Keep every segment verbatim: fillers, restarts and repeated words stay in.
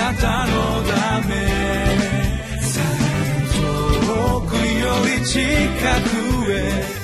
なたのため、遠くより近くへ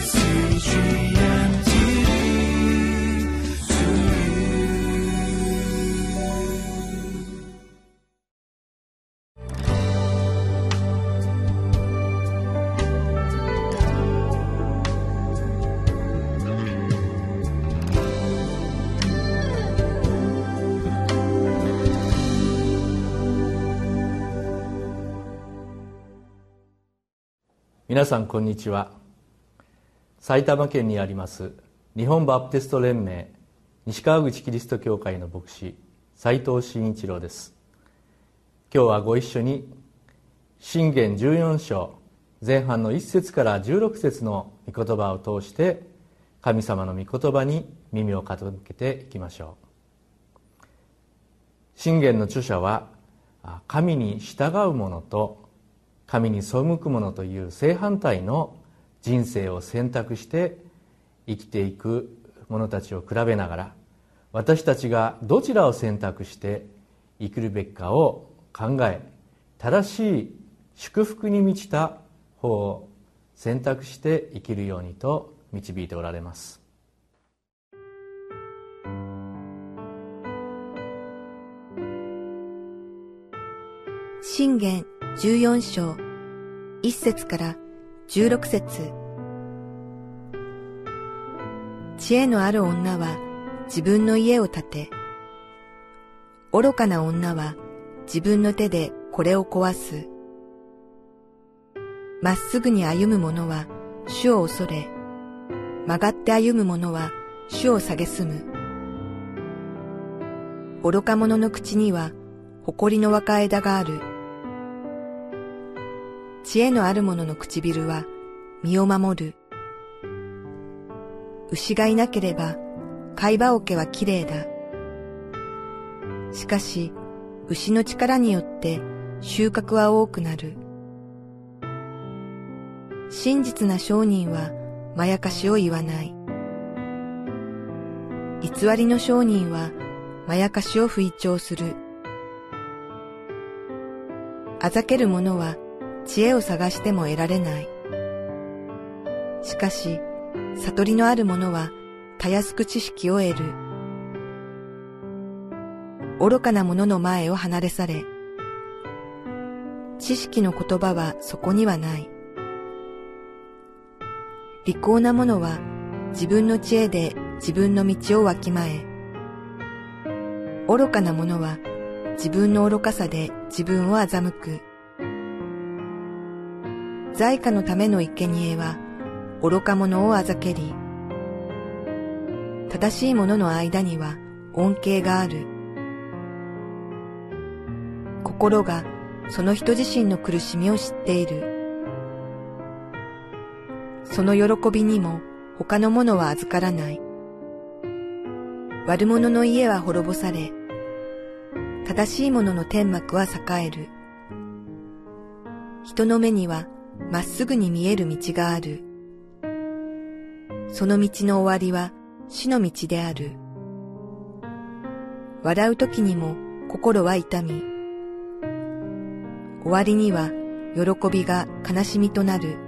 皆さんこんにちは。埼玉県にあります日本バプテスト連盟西川口キリスト教会の牧師斉藤真一郎です。今日はご一緒に箴言じゅうよん章前半のいっ節からじゅうろく節の御言葉を通して神様の御言葉に耳を傾けていきましょう。箴言の著者は神に従う者と神に背く者という正反対の人生を選択して生きていく者たちを比べながら、私たちがどちらを選択して生きるべきかを考え、正しい祝福に満ちた方を選択して生きるようにと導いておられます。 箴言じゅうよん章いっ節からじゅうろく節。知恵のある女は自分の家を建て、愚かな女は自分の手でこれを壊す。まっすぐに歩む者は主を恐れ、曲がって歩む者は主を蔑む。愚か者の口には誇りの若枝がある。知恵のある者の唇は身を守る。牛がいなければ飼い葉桶はきれいだ。しかし牛の力によって収穫は多くなる。真実な商人はまやかしを言わない。偽りの商人はまやかしを吹聴する。あざける者は知恵を探しても得られない。しかし、悟りのある者はたやすく知識を得る。愚かな者の前を離れ去れ。知識の言葉はそこにはない。利口な者は自分の知恵で自分の道をわきまえ。愚かな者は自分の愚かさで自分を欺く。財貨のための生贄は愚か者をあざけり、正しい者の間には恩恵がある。心がその人自身の苦しみを知っている。その喜びにも他の者は預からない。悪者の家は滅ぼされ、正しい者の天幕は栄える。人の目にはまっすぐに見える道がある。その道の終わりは死の道である。笑うときにも心は痛み、終わりには喜びが悲しみとなる。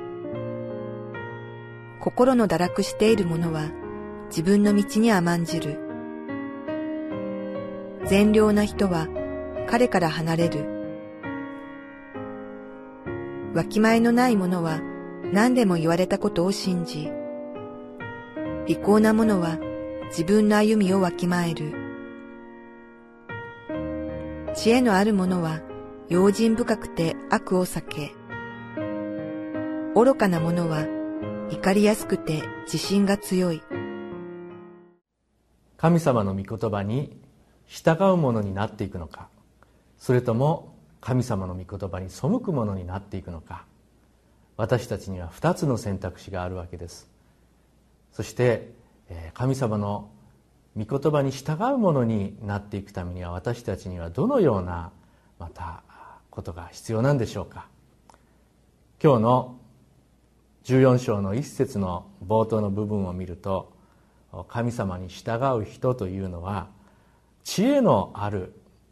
心の堕落している者は自分の道に甘んじる。善良な人は彼から離れる。わきまえのない者は何でも言われたことを信じ、利口な者は自分の歩みをわきまえる。知恵のある者は用心深くて悪を避け、愚かな者は怒りやすくて自信が強い。 神様の御言葉に従うものになっていくのか、それとも神様の御言葉に背くものになっていくのか、私たちには二つの選択肢があるわけです。そして神様の御言葉に従うものになっていくためには、私たちにはどのようなまたことが必要なんでしょうか。今日のじゅうよん章の一節の冒頭の部分を見ると、神様に従う人というのは知恵のある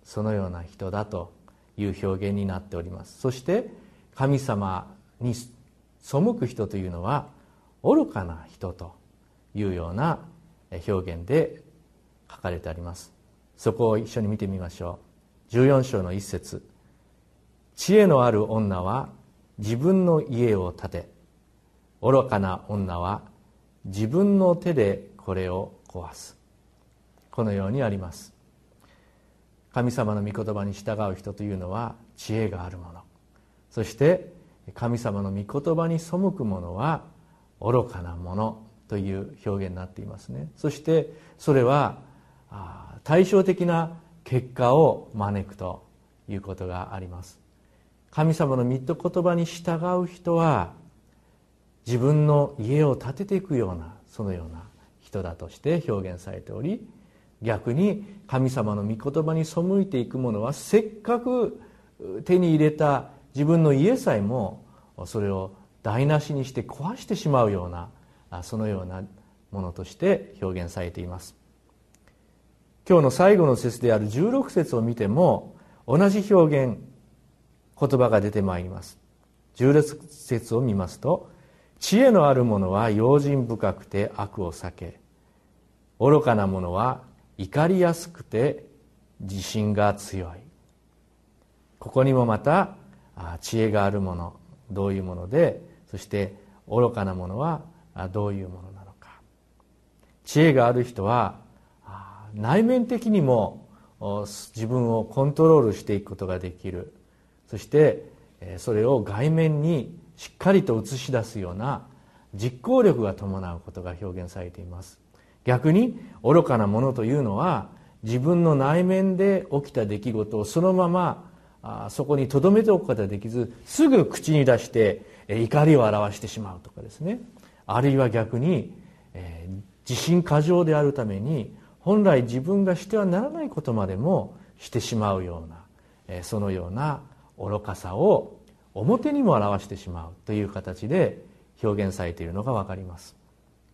そのような人だという表現になっております。そして神様に背く人というのは愚かな人というような表現で書かれてあります。そこを一緒に見てみましょう。じゅうよん章の一節、知恵のある女は自分の家を建て、愚かな女は自分の手でこれを壊す。このようにあります。神様の御言葉に従う人というのは知恵があるもの、そして神様の御言葉に背く者は愚かなものという表現になっていますね。そしてそれは対照的な結果を招くということがあります。神様の御言葉に従う人は自分の家を建てていくような、そのような人だとして表現されており、逆に神様の御言葉に背いていく者はせっかく手に入れた自分の家さえもそれを台無しにして壊してしまうような、そのようなものとして表現されています。今日の最後の節であるじゅうろく節を見ても同じ表現、言葉が出てまいります。じゅうろく節を見ますと、知恵のある者は用心深くて悪を避け、愚かな者は怒りやすくて自信が強い。ここにもまた知恵がある者、どういうもので、そして愚かな者はどういうものなのか。知恵がある人は内面的にも自分をコントロールしていくことができる。そしてそれを外面にしっかりと映し出すような実行力が伴うことが表現されています。逆に愚かなものというのは自分の内面で起きた出来事をそのままあそこに留めておくことができず、すぐ口に出して怒りを表してしまうとかですね、あるいは逆に、えー、自信過剰であるために本来自分がしてはならないことまでもしてしまうような、えー、そのような愚かさを表にも表してしまうという形で表現されているのが分かります。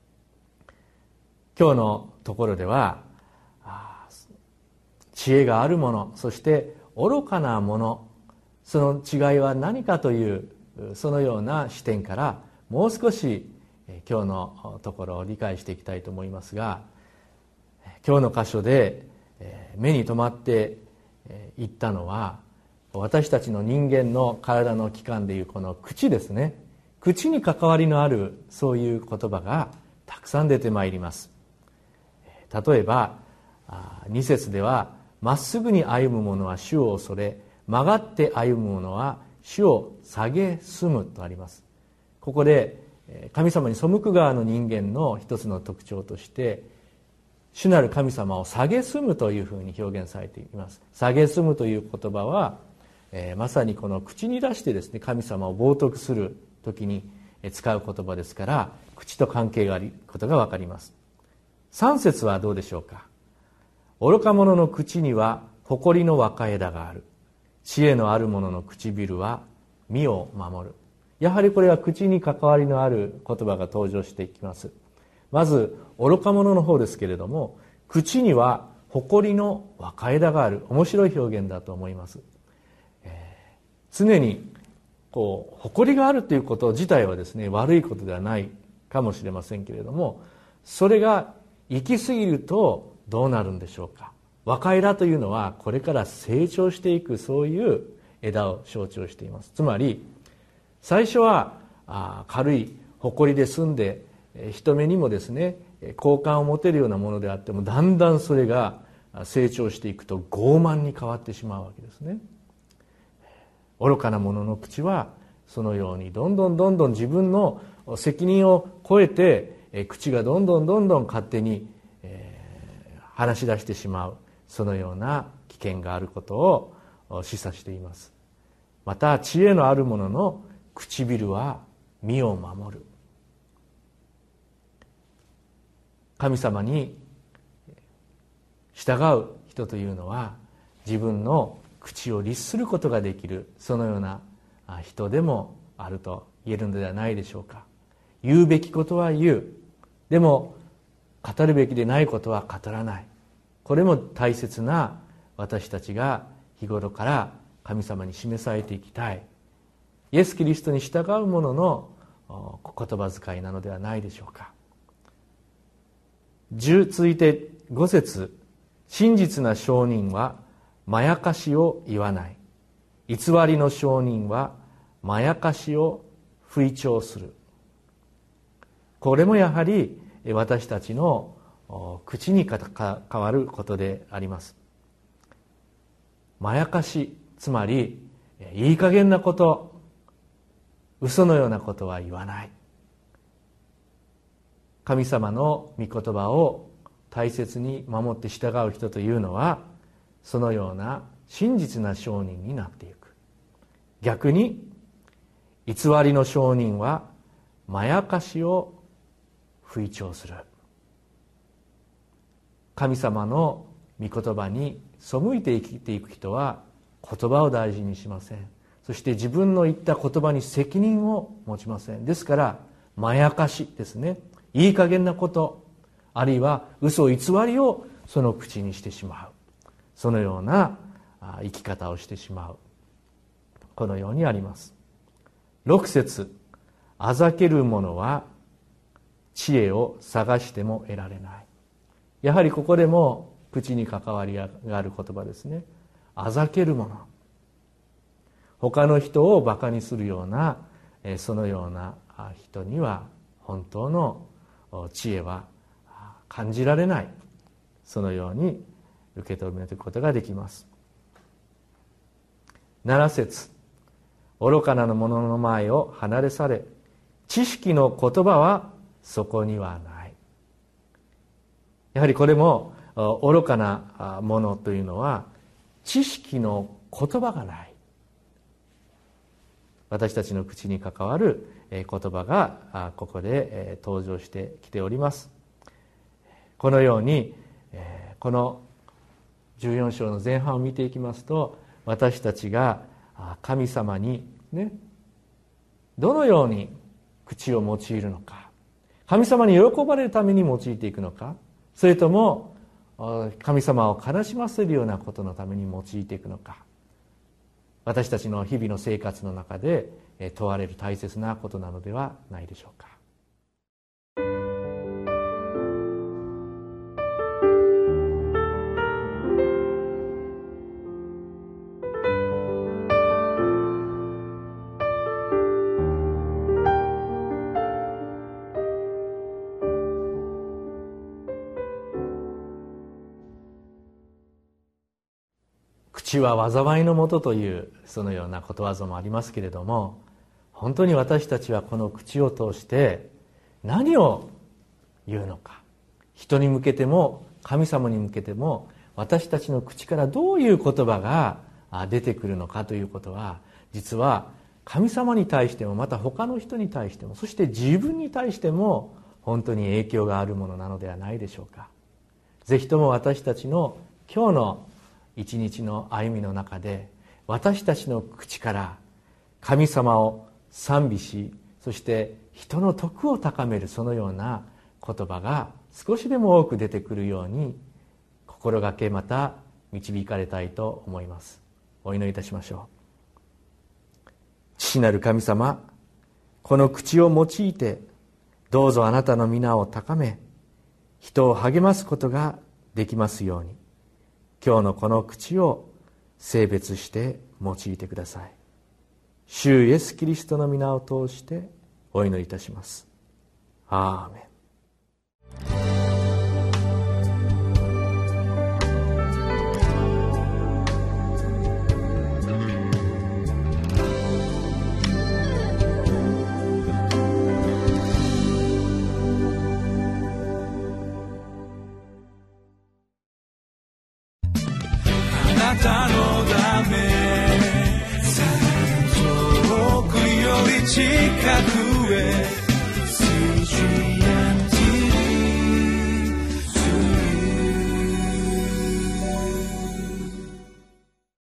今日のところでは知恵があるもの、そして愚かなもの、その違いは何かというそのような視点からもう少し今日のところを理解していきたいと思いますが、今日の箇所で目に留まっていったのは、私たちの人間の体の器官でいうこの口ですね。口に関わりのあるそういう言葉がたくさん出てまいります。例えばに節では、まっすぐに歩む者は主を恐れ、曲がって歩む者は主を蔑むとあります。ここで神様に背く側の人間の一つの特徴として、主なる神様を蔑むというふうに表現されています。蔑むという言葉は、えー、まさにこの口に出してですね、神様を冒涜する時に使う言葉ですから、口と関係があることがわかります。さん節はどうでしょうか。愚か者の口には誇りの若枝がある。知恵のある者の唇は身を守る。やはりこれは口に関わりのある言葉が登場していきます。まず愚か者の方ですけれども、口には誇りの若枝がある。面白い表現だと思います。えー、常にこう誇りがあるということ自体はですね、悪いことではないかもしれませんけれども、それが行き過ぎるとどうなるんでしょうか。若枝というのはこれから成長していく、そういう枝を象徴しています。つまり最初はあ軽い誇りで済んで、人目にもですね好感を持てるようなものであっても、だんだんそれが成長していくと傲慢に変わってしまうわけですね。愚かな者の口はそのようにどんどんどんどん自分の責任を超えて、口がどんどんどんどん勝手に話し出してしまう、そのような危険があることを示唆しています。また知恵のある者の唇は身を守る。神様に従う人というのは自分の口を律することができる、そのような人でもあると言えるのではないでしょうか。言うべきことは言う、でも語るべきでないことは語らない。これも大切な私たちが日頃から神様に示されていきたい、イエス・キリストに従う者の言葉遣いなのではないでしょうか。じゅう続いてご節、真実な証人はまやかしを言わない、偽りの証人はまやかしを吹聴する。これもやはり私たちの口に関わることであります。まやかし、つまりいい加減なこと、嘘のようなことは言わない。神様の御言葉を大切に守って従う人というのは、そのような真実な証人になっていく。逆に偽りの証人はまやかしを吹聴する。神様の御言葉に背いて生きていく人は言葉を大事にしません。そして自分の言った言葉に責任を持ちません。ですからまやかしですね、いい加減なこと、あるいは嘘偽りをその口にしてしまう、そのような生き方をしてしまう、このようにあります。六節、あざける者は知恵を探しても得られない。やはりここでも口に関わりがある言葉ですね。あざける者、他の人をバカにするようなそのような人には本当の知恵は感じられない、そのように受け止めることができます。七節、愚かな者の前を離れ去れ、知識の言葉はそこにはない。やはりこれも愚かなものというのは知識の言葉がない。私たちの口に関わる言葉がここで登場してきております。このようにこのじゅうよん章の前半を見ていきますと、私たちが神様にね、どのように口を用いるのか、神様に喜ばれるために用いていくのか、それとも神様を悲しませるようなことのために用いていくのか、私たちの日々の生活の中で問われる大切なことなのではないでしょうか。口は災いのもとというそのようなことわざもありますけれども、本当に私たちはこの口を通して何を言うのか、人に向けても神様に向けても私たちの口からどういう言葉が出てくるのかということは、実は神様に対してもまた他の人に対しても、そして自分に対しても本当に影響があるものなのではないでしょうか。ぜひとも私たちの今日の一日の歩みの中で、私たちの口から神様を賛美し、そして人の徳を高めるそのような言葉が少しでも多く出てくるように心がけ、また導かれたいと思います。お祈りいたしましょう。父なる神様、この口を用いてどうぞあなたの皆を高め、人を励ますことができますように、今日のこの口を聖別して用いてください。主イエスキリストの皆を通してお祈りいたします。アーメン。 あなたのため遠くより近く